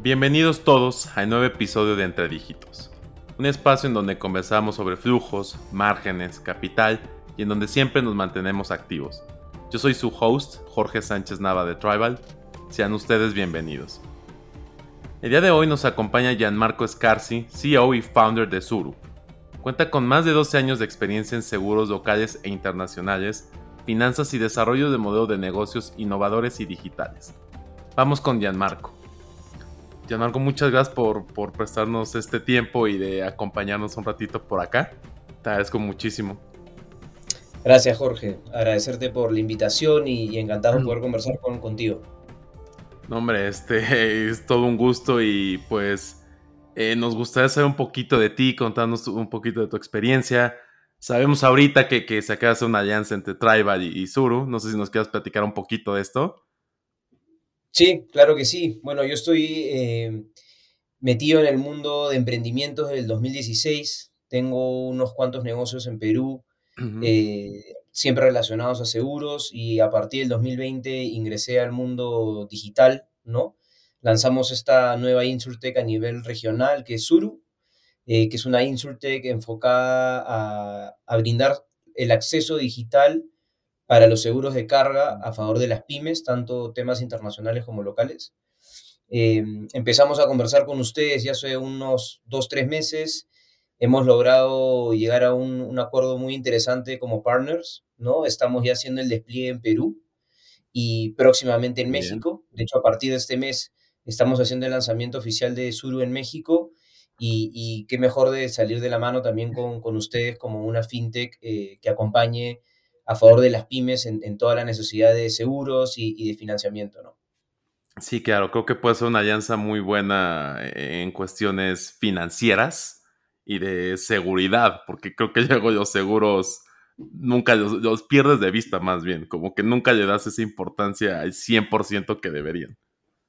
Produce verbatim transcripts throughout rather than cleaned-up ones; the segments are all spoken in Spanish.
Bienvenidos todos al nuevo episodio de Entre Dígitos, un espacio en donde conversamos sobre flujos, márgenes, capital y en donde siempre nos mantenemos activos. Yo soy su host, Jorge Sánchez Nava de Tribal. Sean ustedes bienvenidos. El día de hoy nos acompaña Gianmarco Scarsi, C E O y founder de Zuru. Cuenta con más de doce años de experiencia en seguros locales e internacionales, finanzas y desarrollo de modelos de negocios innovadores y digitales. Vamos con Gianmarco. Gianmarco, muchas gracias por, por prestarnos este tiempo y de acompañarnos un ratito por acá. Te agradezco muchísimo. Gracias, Jorge. Agradecerte por la invitación y, y encantado de poder conversar con, contigo. No, hombre, este es todo un gusto y pues eh, nos gustaría saber un poquito de ti, contarnos un poquito de tu experiencia. Sabemos ahorita que, que se acaba de hacer una alianza entre Tribal y, y Zuru. No sé si nos quieras platicar un poquito de esto. Sí, claro que sí. Bueno, yo estoy eh, metido en el mundo de emprendimientos desde el dos mil dieciséis. Tengo unos cuantos negocios en Perú, Uh-huh. eh, siempre relacionados a seguros, y a partir del dos mil veinte ingresé al mundo digital, ¿no? Lanzamos esta nueva InsurTech a nivel regional, que es Zuru, eh, que es una InsurTech enfocada a, a brindar el acceso digital para los seguros de carga a favor de las pymes, tanto temas internacionales como locales. Eh, empezamos a conversar con ustedes ya hace unos dos, tres meses. Hemos logrado llegar a un, un acuerdo muy interesante como partners, ¿no? Estamos ya haciendo el despliegue en Perú y próximamente en Bien. México. De hecho, a partir de este mes estamos haciendo el lanzamiento oficial de Zuru en México y, y qué mejor de salir de la mano también con, con ustedes como una fintech eh, que acompañe a favor de las pymes en, en toda la necesidad de seguros y, y de financiamiento, ¿no? Sí, claro, creo que puede ser una alianza muy buena en cuestiones financieras y de seguridad, porque creo que luego los seguros nunca los, los pierdes de vista, más bien, como que nunca le das esa importancia al cien por ciento que deberían.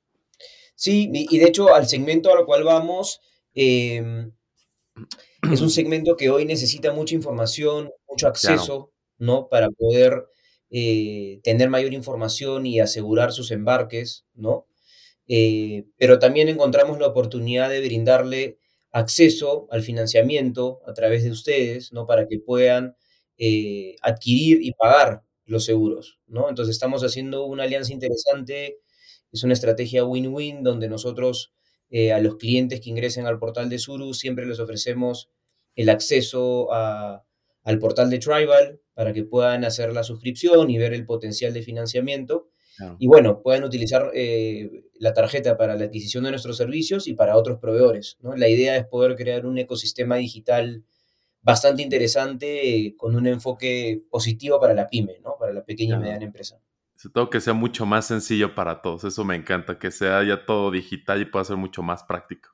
Sí, y, y de hecho al segmento al cual vamos, eh, es un segmento que hoy necesita mucha información, mucho Claro, acceso, ¿no? Para poder eh, tener mayor información y asegurar sus embarques, ¿no? Eh, pero también encontramos la oportunidad de brindarle acceso al financiamiento a través de ustedes, ¿no? Para que puedan eh, adquirir y pagar los seguros, ¿no? Entonces estamos haciendo una alianza interesante, es una estrategia win-win donde nosotros eh, a los clientes que ingresen al portal de Zuru siempre les ofrecemos el acceso a, al portal de Tribal para que puedan hacer la suscripción y ver el potencial de financiamiento. claro. Y bueno, pueden utilizar eh, la tarjeta para la adquisición de nuestros servicios y para otros proveedores, ¿no? La idea es poder crear un ecosistema digital bastante interesante eh, con un enfoque positivo para la pyme, ¿no? Para la pequeña y Claro. mediana empresa. Sobre todo que sea mucho más sencillo para todos, eso me encanta, que sea ya todo digital y pueda ser mucho más práctico.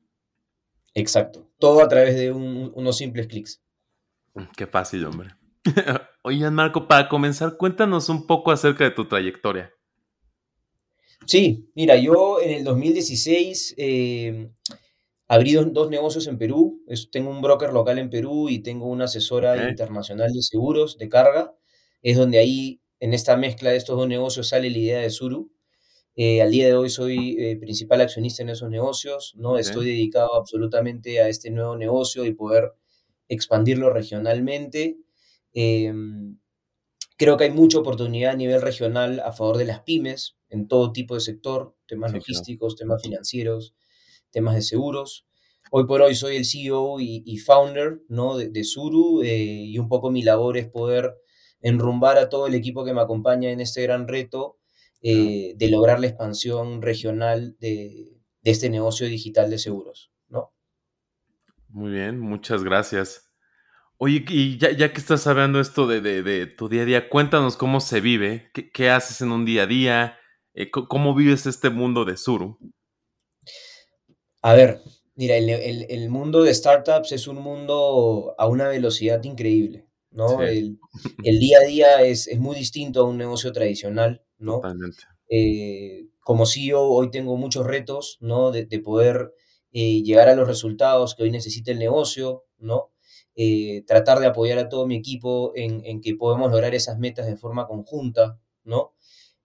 Exacto. Todo a través de un- unos simples clics. Qué fácil, hombre. Oye, Marco, para comenzar, cuéntanos un poco acerca de tu trayectoria. Sí, mira, yo en el dos mil dieciséis eh, abrí dos, dos negocios en Perú. Es- tengo un broker local en Perú y tengo una asesora Ok, internacional de seguros de carga. Es donde ahí, en esta mezcla de estos dos negocios, sale la idea de Zuru. Eh, al día de hoy soy eh, principal accionista en esos negocios, ¿no? ok, Estoy dedicado absolutamente a este nuevo negocio y poder expandirlo regionalmente. Em, Creo que hay mucha oportunidad a nivel regional a favor de las pymes en todo tipo de sector, temas sí, claro. logísticos, temas financieros, temas de seguros. Hoy por hoy soy el C E O y, y founder, ¿no? de, de Zuru, eh, y un poco mi labor es poder enrumbar a todo el equipo que me acompaña en este gran reto Claro. eh, de lograr la expansión regional de, de este negocio digital de seguros, ¿no? Muy bien, muchas gracias. Oye, y ya, ya que estás hablando esto de, de- de tu día a día, cuéntanos cómo se vive, qué, qué haces en un día a día, eh, co- cómo vives este mundo de Zuru. A ver, mira, el, el- el mundo de startups es un mundo a una velocidad increíble, Sí, ¿no? El, el día a día es, es muy distinto a un negocio tradicional, ¿no? totalmente. Eh, como C E O hoy tengo muchos retos, ¿no? De, de poder eh, llegar a los resultados que hoy necesita el negocio, ¿no? Eh, tratar de apoyar a todo mi equipo en, en que podamos lograr esas metas de forma conjunta, ¿no?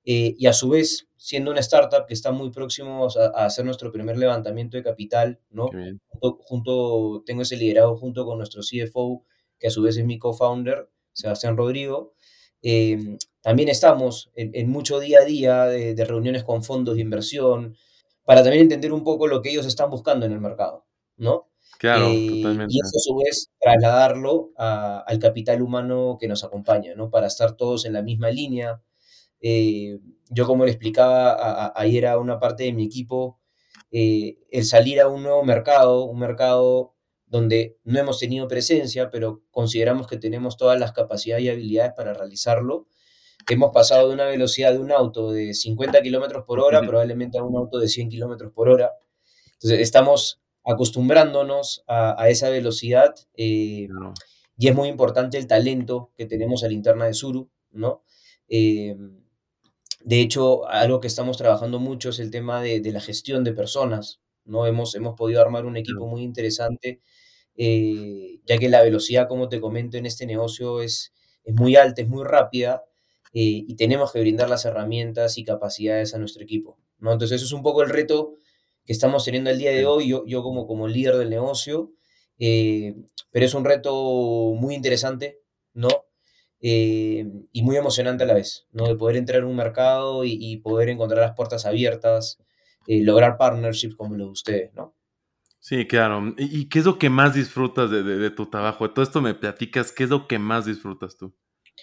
eh, y a su vez, siendo una startup que está muy próximos a, a hacer nuestro primer levantamiento de capital, Qué ¿no? bien. Junto, junto- tengo ese liderazgo junto con nuestro C F O, que a su vez es mi co-founder, Sebastián Rodrigo. Eh, También estamos en, en mucho día a día de, de reuniones con fondos de inversión, para también entender un poco lo que ellos están buscando en el mercado, ¿no? Claro, Eh, y totalmente. eso a su vez trasladarlo a- al capital humano que nos acompaña, ¿no? Para estar todos en la misma línea. Eh, yo como le explicaba a- a- ayer a una parte de mi equipo, eh, el salir a un nuevo mercado, un mercado donde no hemos tenido presencia, pero consideramos que tenemos todas las capacidades y habilidades para realizarlo. Hemos pasado de una velocidad de un auto de cincuenta kilómetros por hora probablemente a un auto de cien kilómetros por hora. Entonces, estamos acostumbrándonos a, a esa velocidad, eh, Claro, y es muy importante el talento que tenemos a la interna de Suru, ¿no? Eh, de hecho, algo que estamos trabajando mucho es el tema de, de la gestión de personas, ¿no? Hemos, hemos podido armar un equipo claro. muy interesante, eh, ya que la velocidad, como te comento, en este negocio es, es muy alta, es muy rápida, eh, y tenemos que brindar las herramientas y capacidades a nuestro equipo, ¿no? Entonces, eso es un poco el reto que estamos teniendo el día de Sí. hoy, yo, yo como, como líder del negocio, eh, pero es un reto muy interesante, ¿no? Eh, y muy emocionante a la vez, ¿no? De poder entrar en un mercado y, y poder encontrar las puertas abiertas, eh, lograr partnerships como los de ustedes, ¿no? Sí, claro. ¿Y, y qué es lo que más disfrutas de, de- de tu trabajo? De todo esto me platicas, ¿qué es lo que más disfrutas tú?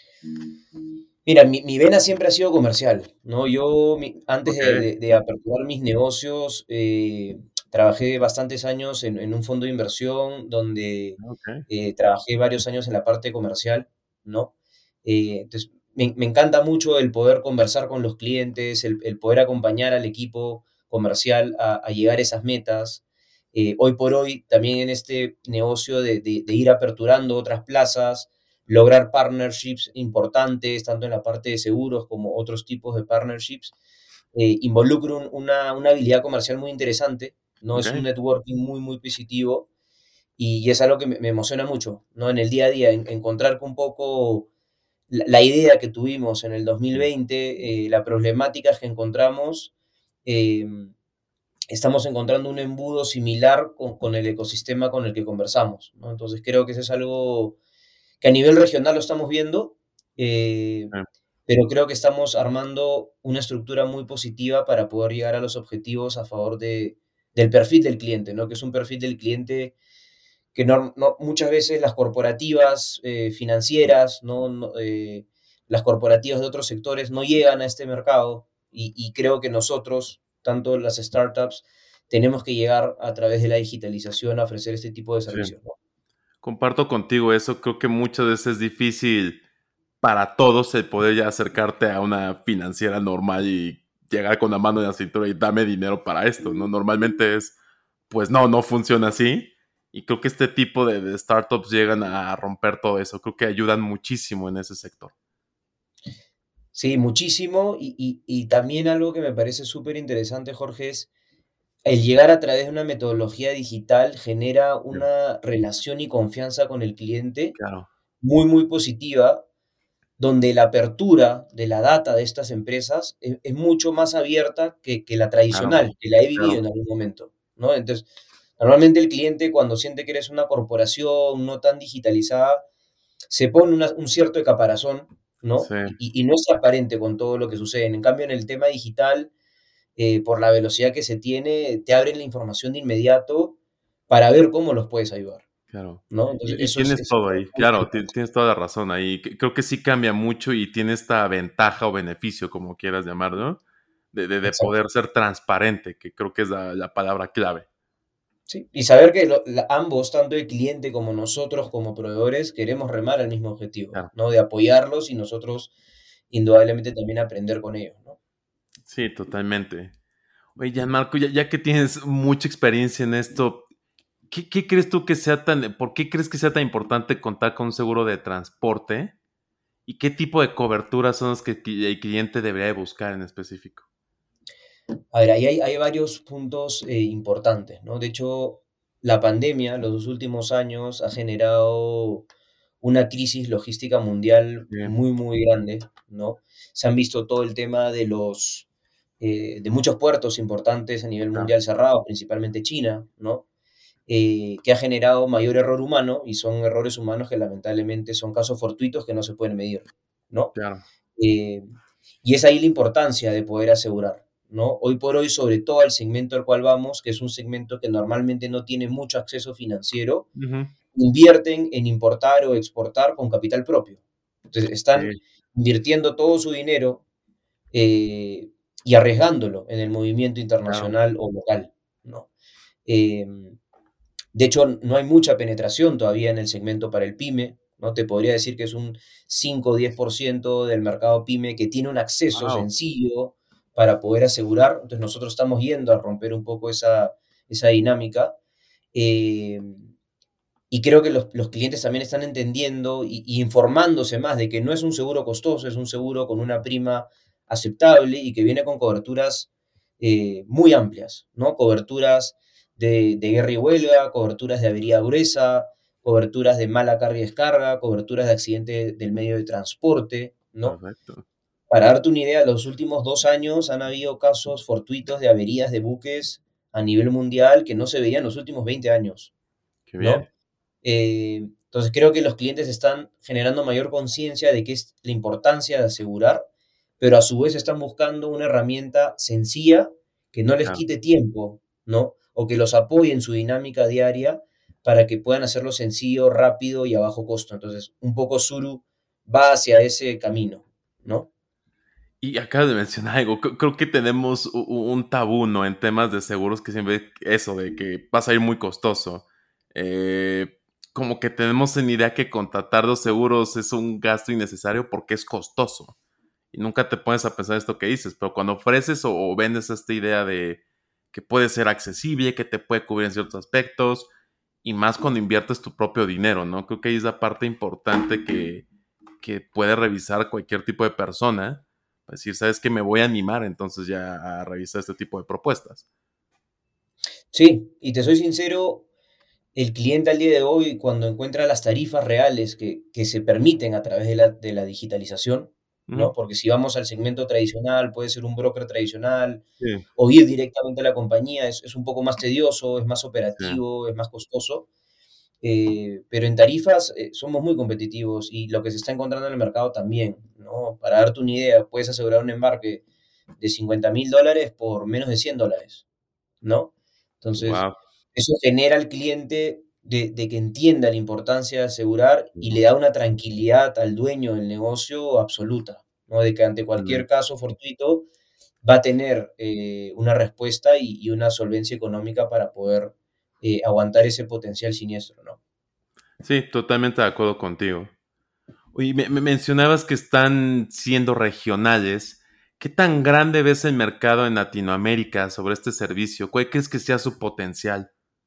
Mira, mi, mi vena siempre ha sido comercial, ¿no? Yo, mi- antes Ok, de, de- de aperturar mis negocios, eh, trabajé bastantes años en, en un fondo de inversión donde ok, eh, trabajé varios años en la parte comercial, ¿no? Eh, entonces, me, me encanta mucho el poder conversar con los clientes, el, el poder acompañar al equipo comercial a, a llegar a esas metas. Eh, hoy por hoy, también en este negocio de, de de ir aperturando otras plazas, lograr partnerships importantes, tanto en la parte de seguros como otros tipos de partnerships, eh, involucra un- una, una habilidad comercial muy interesante, ¿no? Es un ok. networking muy, muy positivo y, es algo que me, me emociona mucho, ¿no? En el día a día, en- encontrar un poco la, la idea que tuvimos en el Sí, dos mil veinte, eh, la problemática que encontramos, eh, estamos encontrando un embudo similar con, con el ecosistema con el que conversamos, ¿no? Entonces creo que eso es algo que a nivel regional lo estamos viendo, eh, sí, pero creo que estamos armando una estructura muy positiva para poder llegar a los objetivos a favor de, del perfil del cliente, ¿no? Que es un perfil del cliente que no, no- muchas veces las corporativas eh, financieras, ¿no? No, eh, las corporativas de otros sectores no llegan a este mercado y, y creo que nosotros, tanto las startups, tenemos que llegar a través de la digitalización a ofrecer este tipo de sí. servicios, ¿no? Comparto contigo eso. Creo que muchas veces es difícil para todos el poder ya acercarte a una financiera normal y llegar con la mano en la cintura y dame dinero para esto, ¿no? Normalmente es, pues no, no funciona así. Y creo que este tipo de, de startups llegan a romper todo eso. Creo que ayudan muchísimo en ese sector. Sí, muchísimo. Y, y- y también algo que me parece súper interesante, Jorge, es el llegar a través de una metodología digital genera Sí, una relación y confianza con el cliente claro, muy, muy positiva, donde la apertura de la data de estas empresas es, es mucho más abierta que, que la claro, tradicional, que la he vivido claro. en algún momento, ¿no? Entonces, normalmente el cliente cuando siente que eres una corporación no tan digitalizada, se pone una- un cierto caparazón, Sí. ¿no? Y, y- y no es transparente con todo lo que sucede. En cambio, en el tema digital, eh, por la velocidad que se tiene, te abren la información de inmediato para ver cómo los puedes ayudar, Claro. ¿no? Entonces, Y, y eso es, tienes es todo ahí, muy claro, ti- interesante. tienes toda la razón ahí. C- Creo que sí cambia mucho y tiene esta ventaja o beneficio, como quieras llamarlo, de, de, de Exacto. poder ser transparente, que creo que es la, la palabra clave. Sí, y saber que lo- la- ambos, tanto el cliente como nosotros como proveedores, queremos remar al mismo objetivo, Claro. ¿no? De apoyarlos y nosotros indudablemente también aprender con ellos, ¿no? Sí, totalmente. Oye, Gianmarco, ya, ya que tienes mucha experiencia en esto, ¿qué, qué crees tú que sea tan, por qué crees que sea tan importante contar con un seguro de transporte? ¿Y qué tipo de coberturas son las que el cliente debería de buscar en específico? A ver, ahí hay, hay varios puntos eh, importantes, ¿no? De hecho, la pandemia, los dos últimos años, ha generado una crisis logística mundial Sí, muy, muy grande, ¿no? Se han visto todo el tema de los, eh, de muchos puertos importantes a nivel claro. mundial cerrados, principalmente China, ¿no? Eh, que ha generado mayor error humano y son errores humanos que lamentablemente son casos fortuitos que no se pueden medir, ¿no? Claro. Eh, y es ahí la importancia de poder asegurar, ¿no? Hoy por hoy, sobre todo al segmento al cual vamos, que es un segmento que normalmente no tiene mucho acceso financiero, Ujú. invierten en importar o exportar con capital propio. Entonces, están Sí, invirtiendo todo su dinero eh, y arriesgándolo en el movimiento claro. internacional o local, ¿no? Eh, de hecho, no hay mucha penetración todavía en el segmento para el pyme, ¿no? Te podría decir que es un cinco o diez por ciento del mercado pyme que tiene un acceso Wow. sencillo para poder asegurar. Entonces, nosotros estamos yendo a romper un poco esa, esa dinámica. Eh, y creo que los, los clientes también están entendiendo y, y informándose más de que no es un seguro costoso, es un seguro con una prima aceptable y que viene con coberturas eh, muy amplias, ¿no? Coberturas de, de guerra y huelga, coberturas de avería gruesa, coberturas de mala carga y descarga, coberturas de accidente del medio de transporte, ¿no? Perfecto. Para darte una idea, los últimos dos años han habido casos fortuitos de averías de buques a nivel mundial que no se veían los últimos veinte años, Qué bien. ¿no? Eh, entonces creo que los clientes están generando mayor conciencia de qué es la importancia de asegurar, pero a su vez están buscando una herramienta sencilla que no les Claro. quite tiempo, ¿no? O que los apoye en su dinámica diaria para que puedan hacerlo sencillo, rápido y a bajo costo. Entonces, un poco Suru va hacia ese camino, ¿no? Y acabas de mencionar algo, cre- creo que tenemos u- u- un tabú, ¿no? En temas de seguros que siempre eso, de que vas a ir muy costoso. Eh, Como que tenemos en idea que contratar los seguros es un gasto innecesario porque es costoso. Y nunca te pones a pensar esto que dices, pero cuando ofreces o, o vendes esta idea de que puede ser accesible, que te puede cubrir en ciertos aspectos, y más cuando inviertes tu propio dinero, ¿no? Creo que ahí es la parte importante que, que puede revisar cualquier tipo de persona. Para decir, ¿sabes qué? Me voy a animar entonces ya a revisar este tipo de propuestas. Sí, y te soy sincero, el cliente al día de hoy, cuando encuentra las tarifas reales que, que se permiten a través de la, de la digitalización, Ujú. ¿no? Porque si vamos al segmento tradicional, puede ser un broker tradicional Sí, o ir directamente a la compañía, es, es un poco más tedioso, es más sí, operativo, es más costoso, eh, pero en tarifas eh, somos muy competitivos y lo que se está encontrando en el mercado también, ¿no? Para darte una idea, puedes asegurar un embarque de cincuenta mil dólares por menos de cien dólares, ¿no? Entonces, wow. eso genera al cliente de, de que entienda la importancia de asegurar y le da una tranquilidad al dueño del negocio absoluta, ¿no? De que ante cualquier caso fortuito va a tener eh, una respuesta y, y, una solvencia económica para poder eh, aguantar ese potencial siniestro, ¿no? Sí, totalmente de acuerdo contigo. Oye, me, me mencionabas que están siendo regionales. ¿Qué tan grande ves el mercado en Latinoamérica sobre este servicio? ¿Cuál crees que sea su potencial?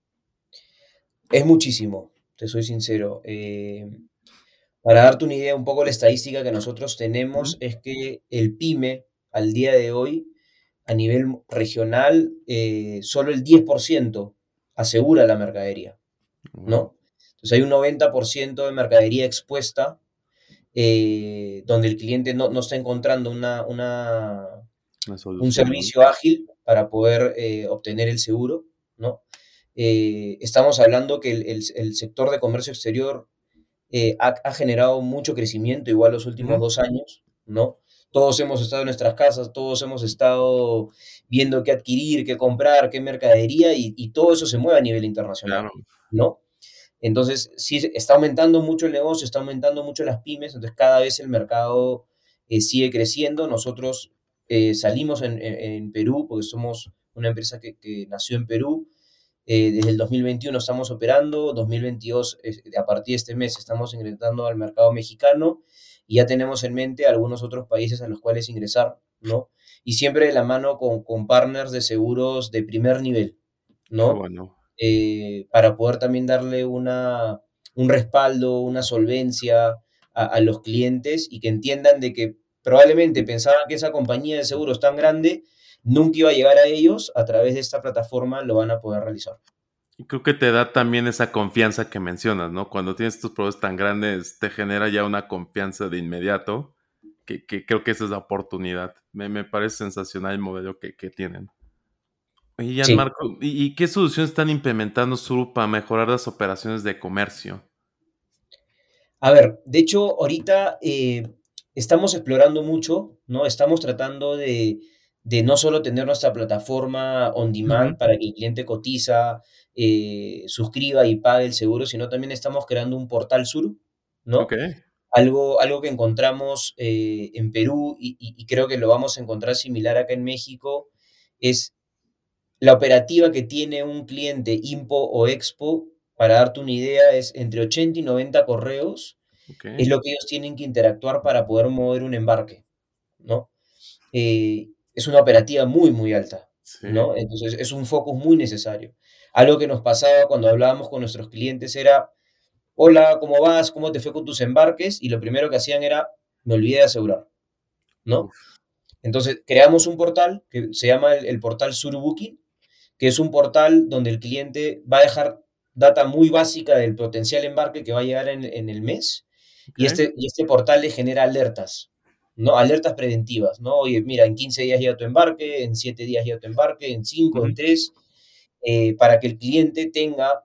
Es muchísimo, te soy sincero. Eh, para darte una idea, un poco la estadística que nosotros tenemos Ujú. es que el pyme al día de hoy a nivel regional, eh, solo el diez por ciento asegura la mercadería, Wow, ¿no? Entonces hay un noventa por ciento de mercadería expuesta eh, donde el cliente no, no está encontrando una, una, una un solución, ¿no? servicio ágil para poder eh, obtener el seguro, ¿no? Eh, estamos hablando que el, el, el, sector de comercio exterior eh, ha, ha, generado mucho crecimiento, igual los últimos Ujú. dos años, ¿no? Todos hemos estado en nuestras casas, todos hemos estado viendo qué adquirir, qué comprar, qué mercadería, y, y todo eso se mueve a nivel internacional, Claro, ¿no? Entonces, sí, está aumentando mucho el negocio, está aumentando mucho las pymes, entonces cada vez el mercado eh, sigue creciendo. Nosotros eh, salimos en, en, en, Perú, porque somos una empresa que, que nació en Perú, eh, desde el dos mil veintiuno estamos operando, dos mil veintidós, eh, a partir de este mes, estamos ingresando al mercado mexicano y ya tenemos en mente algunos otros países a los cuales ingresar, ¿no? Y siempre de la mano con, con partners de seguros de primer nivel, qué ¿no? bueno. Eh, para poder también darle una, un respaldo, una solvencia a, a los clientes y que entiendan de que probablemente pensaban que esa compañía de seguros tan grande nunca iba a llegar a ellos, a través de esta plataforma lo van a poder realizar. Y creo que te da también esa confianza que mencionas, ¿no? Cuando tienes estos proyectos tan grandes, te genera ya una confianza de inmediato, que, que creo que esa es la oportunidad. Me, me parece sensacional el modelo que, que tienen. Oye, Sí. Gianmarco, ¿y, y qué soluciones están implementando Suru para mejorar las operaciones de comercio? A ver, de hecho, ahorita eh, estamos explorando mucho, ¿no? Estamos tratando de, de no solo tener nuestra plataforma on Ujú. demand para que el cliente cotiza, eh, suscriba y pague el seguro, sino también estamos creando un portal Sur, Ok, ¿no? Algo, algo que encontramos eh, en Perú y, y- y creo que lo vamos a encontrar similar acá en México, es la operativa que tiene un cliente Impo o Expo. Para darte una idea, es entre ochenta y noventa correos ok, es lo que ellos tienen que interactuar para poder mover un embarque, ¿no? Eh, es una operativa muy, muy alta, sí, ¿no? Entonces es un focus muy necesario. Algo que nos pasaba cuando hablábamos con nuestros clientes era, hola, ¿cómo vas? ¿Cómo te fue con tus embarques? Y lo primero que hacían era, me olvidé de asegurar, ¿no? uf, Entonces creamos un portal que se llama el, el portal Surubooking, que es un portal donde el cliente va a dejar data muy básica del potencial embarque que va a llegar en, en el mes ok, y este, y este portal le genera alertas, ¿no? Alertas preventivas, ¿no? Oye, mira, en quince días llega tu embarque, en siete días llega tu embarque, en cinco, ujú, en tres, eh, para que el cliente tenga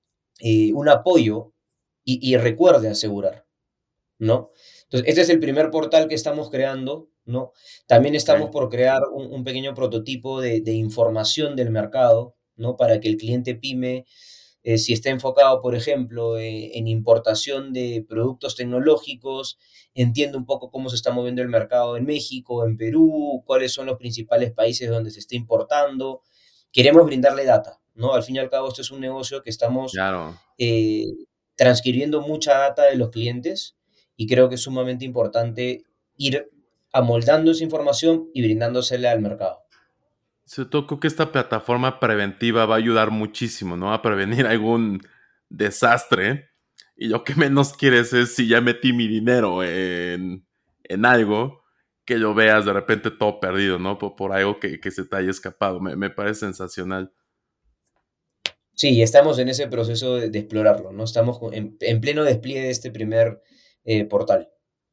eh, un apoyo y, y recuerde asegurar, ¿no? Entonces, este es el primer portal que estamos creando, ¿no? También estamos ok, por crear un, un pequeño prototipo de, de información del mercado, ¿no? Para que el cliente pyme, eh, si está enfocado, por ejemplo, eh, en importación de productos tecnológicos, entienda un poco cómo se está moviendo el mercado en México, en Perú, cuáles son los principales países donde se está importando. Queremos brindarle data, ¿no? Al fin y al cabo, esto es un negocio que estamos claro. eh, transcribiendo mucha data de los clientes y creo que es sumamente importante ir amoldando esa información y brindándosela al mercado. Sobre todo creo que esta plataforma preventiva va a ayudar muchísimo, ¿no? A prevenir algún desastre. Y lo que menos quieres es si ya metí mi dinero en, en algo, que lo veas de repente todo perdido, ¿no? Por, por algo que, que se te haya escapado. Me, me parece sensacional. Sí, estamos en ese proceso de, de explorarlo, ¿no? Estamos en, en, pleno despliegue de este primer eh, portal.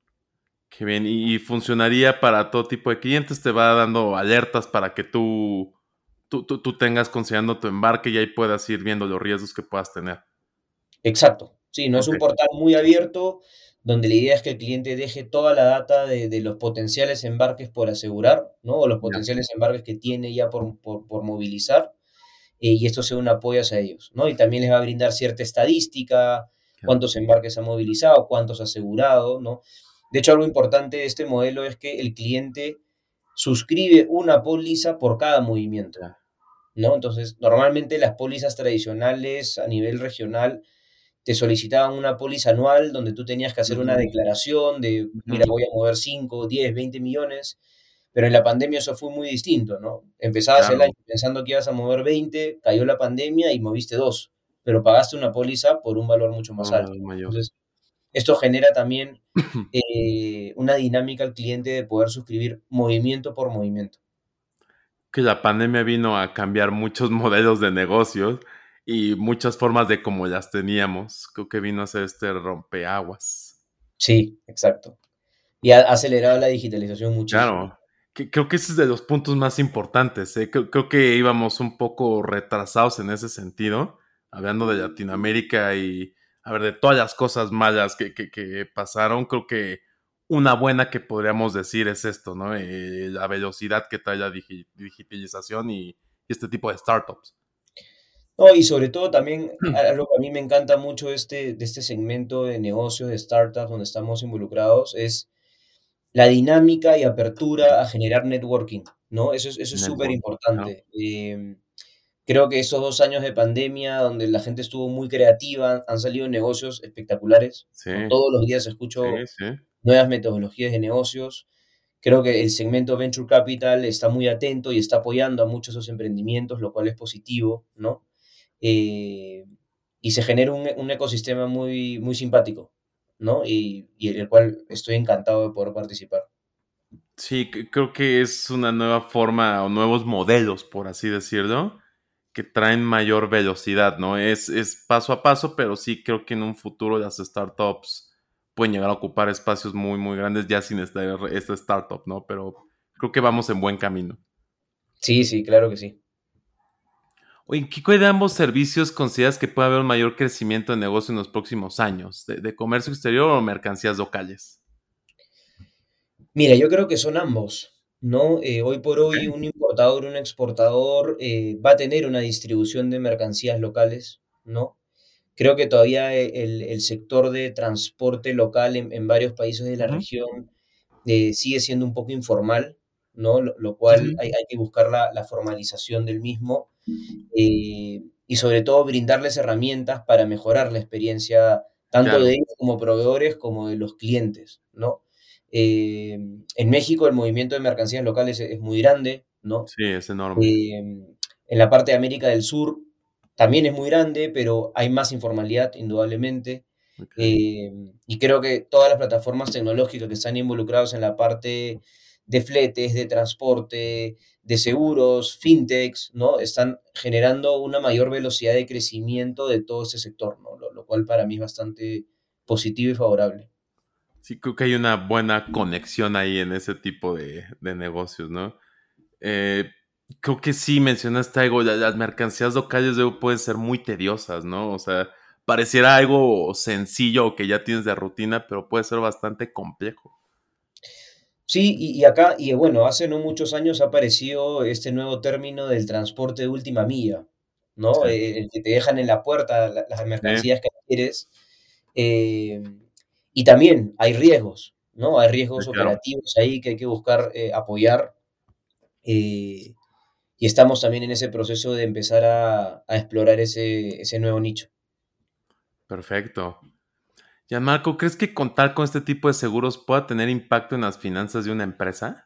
Qué bien. Y, y funcionaría para todo tipo de clientes. Te va dando alertas para que tú, tú, tú, tú tengas considerando tu embarque y ahí puedas ir viendo los riesgos que puedas tener. Exacto. Sí, no es Ok, un portal muy abierto donde la idea es que el cliente deje toda la data de, de los potenciales embarques por asegurar, ¿no? O los ya. potenciales embarques que tiene ya por, por, por movilizar eh, y esto sea un apoyo hacia ellos, ¿no? Y también les va a brindar cierta estadística, Ya. cuántos embarques ha movilizado, cuántos ha asegurado, ¿no? De hecho, algo importante de este modelo es que el cliente suscribe una póliza por cada movimiento, Ya. ¿no? Entonces, normalmente las pólizas tradicionales a nivel regional te solicitaban una póliza anual donde tú tenías que hacer una Ujú, declaración de, mira, ujú. voy a mover cinco, diez, veinte millones, pero en la pandemia eso fue muy distinto, ¿no? Empezabas el Claro. año pensando que ibas a mover veinte, cayó la pandemia y moviste dos, pero pagaste una póliza por un valor mucho Por más un alto. valor mayor. Entonces, esto genera también eh, una dinámica al cliente de poder suscribir movimiento por movimiento. Que la pandemia vino a cambiar muchos modelos de negocios y muchas formas de cómo las teníamos. Creo que vino a ser este rompeaguas. Sí, exacto. Y ha acelerado la digitalización muchísimo. Claro, que, creo que ese es de los puntos más importantes. ¿Eh? Creo, creo que íbamos un poco retrasados en ese sentido, hablando de Latinoamérica y, a ver, de todas las cosas malas que, que, que pasaron. Creo que una buena que podríamos decir es esto, ¿no? Eh, la velocidad que trae la digi- digitalización y, y este tipo de startups. No, y sobre todo también algo que a mí me encanta mucho de este, de este segmento de negocios, de startups donde estamos involucrados, es la dinámica y apertura a generar networking, ¿no? Eso es, eso es súper Networking, claro. importante. Eh, creo que esos dos años de pandemia, donde la gente estuvo muy creativa, han salido negocios espectaculares, Sí, ¿no? Todos los días sí, escucho sí. nuevas metodologías de negocios. Creo que el segmento Venture Capital está muy atento y está apoyando a muchos de esos emprendimientos, lo cual es positivo, ¿no? Eh, y se genera un, un ecosistema muy, muy simpático, ¿no? Y, y el cual estoy encantado de poder participar. Sí, c- creo que es una nueva forma o nuevos modelos, por así decirlo, que traen mayor velocidad, ¿no? Es, es paso a paso, pero sí creo que en un futuro las startups pueden llegar a ocupar espacios muy, muy grandes ya sin esta, esta startup, ¿no? Pero creo que vamos en buen camino. Sí, sí, claro que sí. Oye, ¿en qué de ambos servicios consideras que puede haber un mayor crecimiento de negocio en los próximos años? ¿De, de comercio exterior o mercancías locales? Mira, yo creo que son ambos, ¿no? Eh, hoy por Ok. hoy un importador, un exportador eh, va a tener una distribución de mercancías locales, ¿no? Creo que todavía e- el, el sector de transporte local en, en varios países de la Ujú. región eh, sigue siendo un poco informal, ¿no? Lo, lo Sí, cual sí. hay, hay que buscar la, la formalización del mismo eh, y sobre todo brindarles herramientas para mejorar la experiencia tanto de Claro. ellos como proveedores como de los clientes, ¿no? Eh, en México el movimiento de mercancías locales es, es muy grande, ¿no? Sí, es enorme. Eh, en la parte de América del Sur también es muy grande, pero hay más informalidad, indudablemente. Ok. Eh, y creo que todas las plataformas tecnológicas que están involucradas en la parte de fletes, de transporte, de seguros, fintechs, ¿no? Están generando una mayor velocidad de crecimiento de todo ese sector, ¿no? Lo, lo cual para mí es bastante positivo y favorable. Sí, creo que hay una buena conexión ahí en ese tipo de, de negocios, ¿no? Eh, Creo que sí mencionaste algo, la- las mercancías locales luego pueden ser muy tediosas, ¿no? O sea, pareciera algo sencillo o que ya tienes de rutina, pero puede ser bastante complejo. Sí, y, y acá, y bueno, hace no muchos años ha aparecido este nuevo término del transporte de última milla, ¿no? Sí, Eh, el que te dejan en la puerta la- las sí, mercancías que quieres. eh, y también hay riesgos, ¿no? Hay sí, riesgos claro. operativos ahí que hay que buscar eh, apoyar. eh, y estamos también en ese proceso de empezar a, a explorar ese, ese nuevo nicho. Perfecto. Marco, ¿crees que contar con este tipo de seguros pueda tener impacto en las finanzas de una empresa?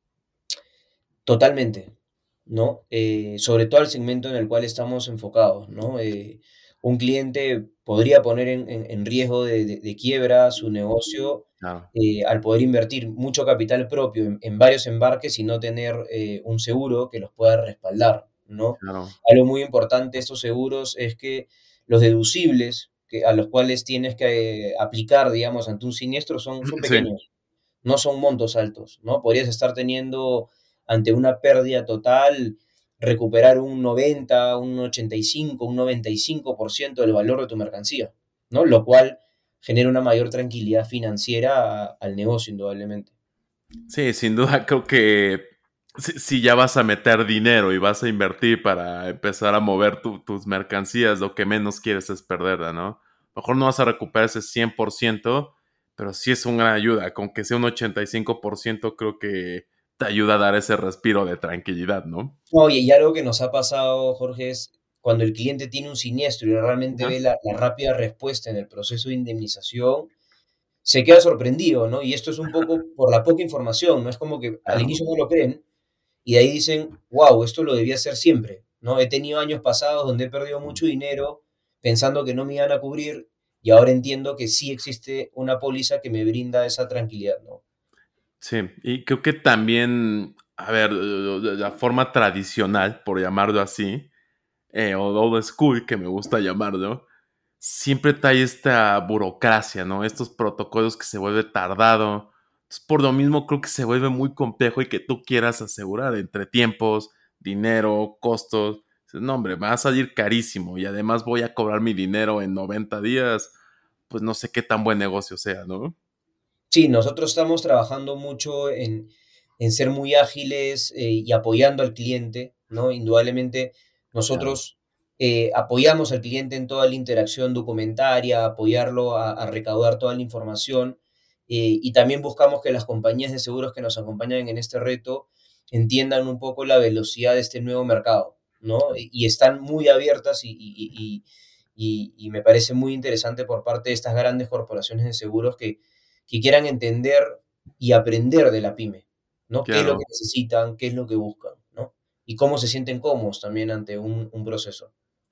Totalmente, ¿no? Eh, sobre todo al segmento en el cual estamos enfocados, ¿no? Eh, un cliente podría poner en, en- en riesgo de, de- de quiebra su negocio Claro, eh, al poder invertir mucho capital propio en, en varios embarques y no tener eh, un seguro que los pueda respaldar, ¿no? claro. Algo muy importante de estos seguros es que los deducibles que, a los cuales tienes que eh, aplicar, digamos, ante un siniestro son, son Sí, pequeños, no son montos altos, ¿no? Podrías estar teniendo ante una pérdida total, recuperar un noventa, un ochenta y cinco, un noventa y cinco por ciento del valor de tu mercancía, ¿no? Lo cual genera una mayor tranquilidad financiera a- al negocio, indudablemente. sí, sin duda creo que si, si ya vas a meter dinero y vas a invertir para empezar a mover tu- tus mercancías, lo que menos quieres es perderla, ¿no? Mejor no vas a recuperar ese cien por ciento, pero sí es una gran ayuda. Con que sea un ochenta y cinco por ciento creo que te ayuda a dar ese respiro de tranquilidad, ¿no? Oye, y algo que nos ha pasado, Jorge, es cuando el cliente tiene un siniestro y realmente Ajá. ve la, la rápida respuesta en el proceso de indemnización, se queda sorprendido, ¿no? Y esto es un poco por la poca información, ¿no? Es como que al Claro. inicio no lo creen, y de ahí dicen, wow, esto lo debía hacer siempre, ¿no? He tenido años pasados donde he perdido mucho dinero pensando que no me iban a cubrir y ahora entiendo que sí existe una póliza que me brinda esa tranquilidad, ¿no? Sí, y creo que también, a ver, la forma tradicional, por llamarlo así, eh, o old school, que me gusta llamarlo, siempre trae esta burocracia, ¿no? Estos protocolos que se vuelve tardado. Entonces, por lo mismo, creo que se vuelve muy complejo y que tú quieras asegurar entre tiempos, dinero, costos. Dices, no, hombre, me va a salir carísimo y además voy a cobrar mi dinero en noventa días. Pues no sé qué tan buen negocio sea, ¿no? Sí, nosotros estamos trabajando mucho en, en ser muy ágiles eh, y apoyando al cliente, ¿no? Indudablemente Claro, nosotros eh, apoyamos al cliente en toda la interacción documentaria, apoyarlo a, a recaudar toda la información eh, y también buscamos que las compañías de seguros que nos acompañan en este reto entiendan un poco la velocidad de este nuevo mercado, ¿no? Y, y están muy abiertas y, y- y- y- y me parece muy interesante por parte de estas grandes corporaciones de seguros que que quieran entender y aprender de la pyme, ¿no? ¿Qué es lo que claro. necesitan? ¿Qué es lo que buscan? ¿No? Y cómo se sienten cómodos también ante un, un proceso.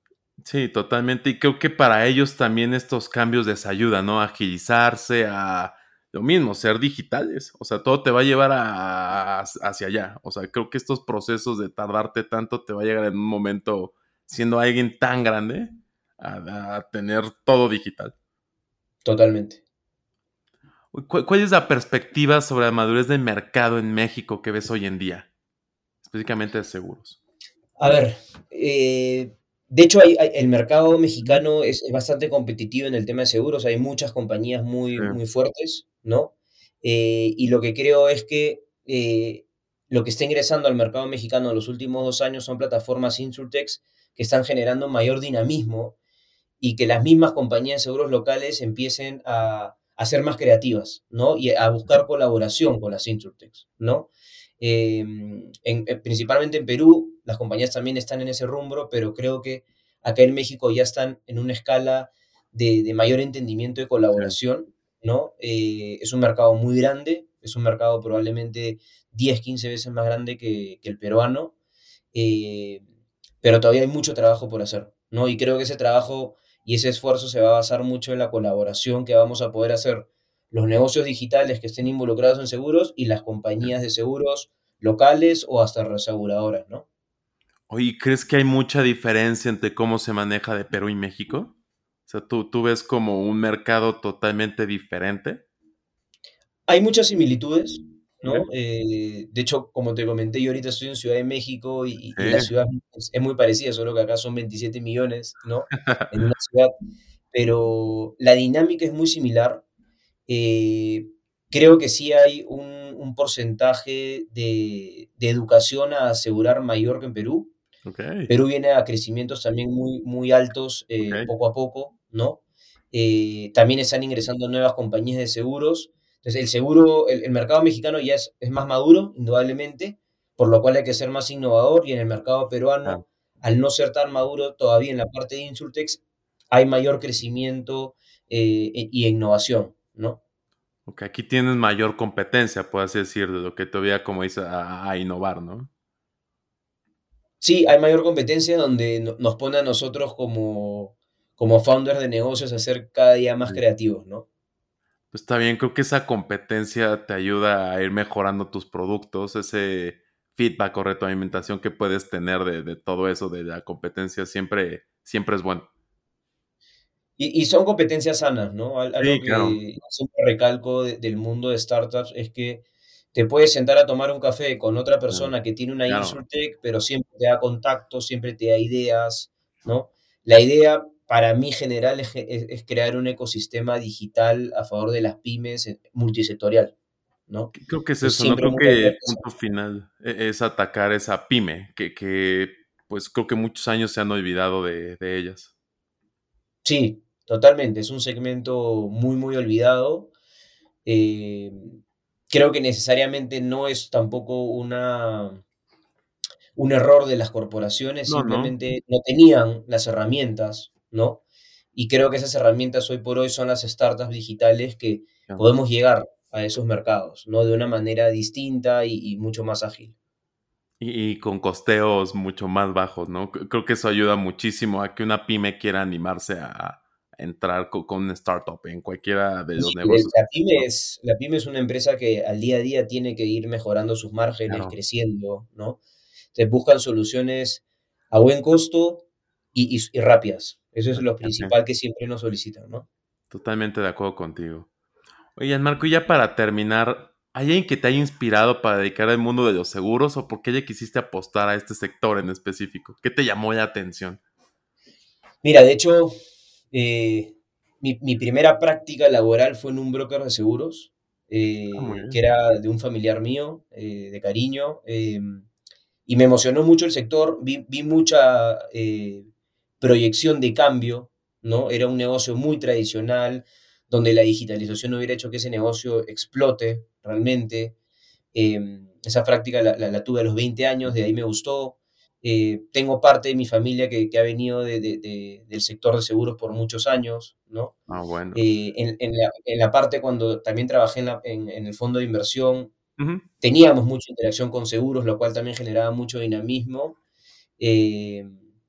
Sí, totalmente. Y creo que para ellos también estos cambios les ayudan, ¿no? A agilizarse, a lo mismo, ser digitales. O sea, todo te va a llevar a- a- hacia allá. O sea, creo que estos procesos de tardarte tanto te va a llegar en un momento siendo alguien tan grande a, a tener todo digital. Totalmente. ¿Cuál, ¿Cuál es la perspectiva sobre la madurez del mercado en México que ves hoy en día? Específicamente de seguros. A ver, eh, de hecho, hay, hay- el mercado Ujú. mexicano es, es bastante competitivo en el tema de seguros. Hay muchas compañías muy, Sí, muy fuertes, ¿no? Eh, y lo que creo es que eh, lo que está ingresando al mercado mexicano en los últimos dos años son plataformas insurtechs que están generando mayor dinamismo y que las mismas compañías de seguros locales empiecen a, a ser más creativas, ¿no? Y a buscar colaboración con las insurtechs, ¿no? Eh, en- eh, principalmente en Perú, las compañías también están en ese rumbo, pero creo que acá en México ya están en una escala de, de mayor entendimiento y sí, colaboración, ¿no? Eh, es un mercado muy grande, es un mercado probablemente diez quince veces más grande que, que el peruano, eh, pero todavía hay mucho trabajo por hacer, ¿no? Y creo que ese trabajo y ese esfuerzo se va a basar mucho en la colaboración que vamos a poder hacer los negocios digitales que estén involucrados en seguros y las sí. compañías de seguros locales o hasta reaseguradoras, ¿no? Oye, ¿crees que hay mucha diferencia entre cómo se maneja de Perú y México? O sea, ¿tú, tú ves como un mercado totalmente diferente? Hay muchas similitudes, Ok. ¿no? Eh, de hecho, como te comenté, yo ahorita estoy en Ciudad de México y, y la Sí. ciudad es, es muy parecida, solo que acá son veintisiete millones, ¿no? En una ciudad, pero la dinámica es muy similar. Eh, Creo que sí hay un, un porcentaje de, de educación a asegurar mayor que en Perú. Ok, Perú viene a crecimientos también muy, muy altos ok. eh, poco a poco, ¿no? Eh, también están ingresando nuevas compañías de seguros. Entonces, el seguro, el, el mercado mexicano ya es, es más maduro, indudablemente, por lo cual hay que ser más innovador. Y en el mercado Claro. peruano, al no ser tan maduro todavía en la parte de Insurtex, hay mayor crecimiento eh, e- y innovación, ¿no? Ok, aquí tienes mayor competencia, por así decir, de lo que todavía, como dice, a, a innovar, ¿no? Sí, hay mayor competencia donde no- nos pone a nosotros como, como founders de negocios a ser cada día más Sí. creativos, ¿no? Pues está bien, creo que esa competencia te ayuda a ir mejorando tus productos, ese feedback o retroalimentación que puedes tener de, de todo eso, de la competencia, siempre, siempre es bueno. Y, y son competencias sanas, ¿no? Al- Algo Sí, claro, que siempre recalco de- del mundo de startups es que te puedes sentar a tomar un café con otra claro, persona que tiene una claro. Insurtech, pero siempre te da contactos, siempre te da ideas, ¿no? La idea para mí general es, ge- es- es crear un ecosistema digital a favor de las pymes eh, multisectorial, ¿no? Creo que es Entonces eso, ¿no? siempre Creo muchas que el veces punto final e- es atacar esa pyme, que, que pues creo que muchos años se han olvidado de, de ellas. sí, totalmente. Es un segmento muy, muy olvidado. Eh, Creo que necesariamente no es tampoco una, un error de las corporaciones, No, no, simplemente no tenían las herramientas, ¿no? Y creo que esas herramientas hoy por hoy son las startups digitales que claro. podemos llegar a esos mercados, ¿no? De una manera distinta y, y mucho más ágil. Y, y con costeos mucho más bajos, ¿no? C- Creo que eso ayuda muchísimo a que una pyme quiera animarse a, a entrar co- con, una startup en cualquiera de Sí, los el- negocios. la ¿No? pyme es, la pyme es una empresa que al día a día tiene que ir mejorando sus márgenes, Claro, creciendo, ¿no? Entonces buscan soluciones a buen costo y, y- y rápidas. Eso es lo totalmente, principal que siempre nos solicitan, ¿no? totalmente de acuerdo contigo. Oye, Marco, y ya para terminar, ¿hay alguien que te haya inspirado para dedicar al mundo de los seguros o por qué ya quisiste apostar a este sector en específico? ¿Qué te llamó la atención? Mira, de hecho, eh, mi, mi primera práctica laboral fue en un broker de seguros, Ah, muy eh, que bien. era de un familiar mío, eh, de cariño, eh, y me emocionó mucho el sector, vi, vi mucha eh, proyección de cambio, ¿no? Era un negocio muy tradicional, donde la digitalización hubiera hecho que ese negocio explote realmente. Eh, esa práctica la, la, la, tuve a los veinte años, de ahí me gustó. Eh, tengo parte de mi familia que, que ha venido de, de, de, del sector de seguros por muchos años, ¿no? Ah, bueno. Eh, en, en, la, en, la, parte cuando también trabajé en, la, en, en el fondo de inversión, Ujú. teníamos mucha interacción con seguros, lo cual también generaba mucho dinamismo. Eh,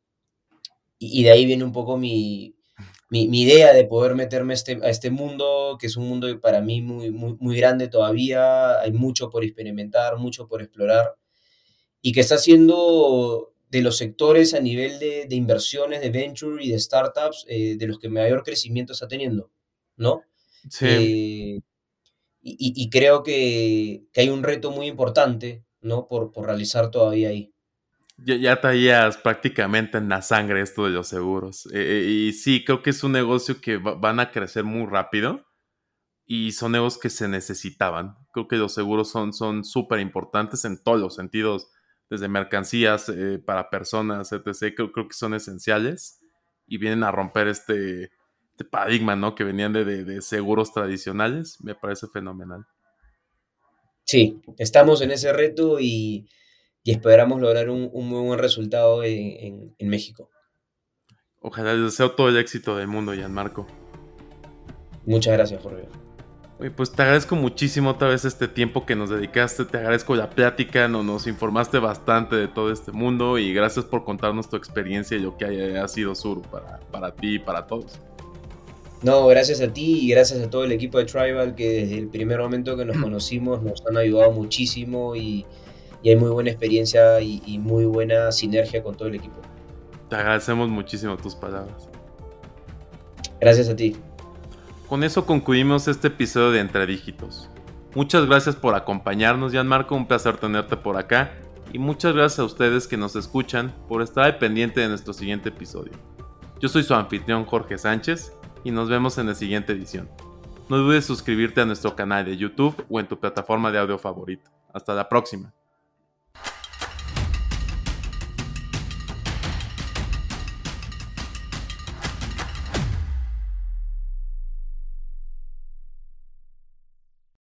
y, y, de ahí viene un poco mi, mi, mi, idea de poder meterme a este, a este mundo, que es un mundo para mí muy, muy, muy grande todavía, hay mucho por experimentar, mucho por explorar, y que está siendo de los sectores a nivel de, de inversiones, de venture y de startups, eh, de los que mayor crecimiento está teniendo, ¿no? Sí, Eh, y, y- y creo que, que hay un reto muy importante, ¿no? Por, por realizar todavía ahí. ya, ya traías prácticamente en la sangre esto de los seguros. Eh, eh, y sí, creo que es un negocio que va- van a crecer muy rápido y son negocios que se necesitaban. Creo que los seguros son son súper importantes en todos los sentidos, desde mercancías, eh, para personas, etcétera. Creo, creo que son esenciales y vienen a romper este, este paradigma, ¿no? Que venían de, de- de seguros tradicionales. Me parece fenomenal. Sí, estamos en ese reto y, y esperamos lograr un, un muy buen resultado en, en- en México. Ojalá les deseo todo el éxito del mundo, Gianmarco. Muchas gracias, Jorge. Oye, pues te agradezco muchísimo otra vez este tiempo que nos dedicaste, te agradezco la plática, no, nos informaste bastante de todo este mundo y gracias por contarnos tu experiencia y lo que ha, ha sido Suru para, para ti y para todos. No, gracias a ti y gracias a todo el equipo de Tribal que desde el primer momento que nos conocimos nos han ayudado muchísimo y, y hay muy buena experiencia y, y muy buena sinergia con todo el equipo. Te agradecemos muchísimo tus palabras. Gracias a ti. Con eso concluimos este episodio de Entre Dígitos. Muchas gracias por acompañarnos, Gianmarco, un placer tenerte por acá y muchas gracias a ustedes que nos escuchan por estar al pendiente de nuestro siguiente episodio. Yo soy su anfitrión Jorge Sánchez y nos vemos en la siguiente edición. No dudes suscribirte a nuestro canal de YouTube o en tu plataforma de audio favorita. Hasta la próxima.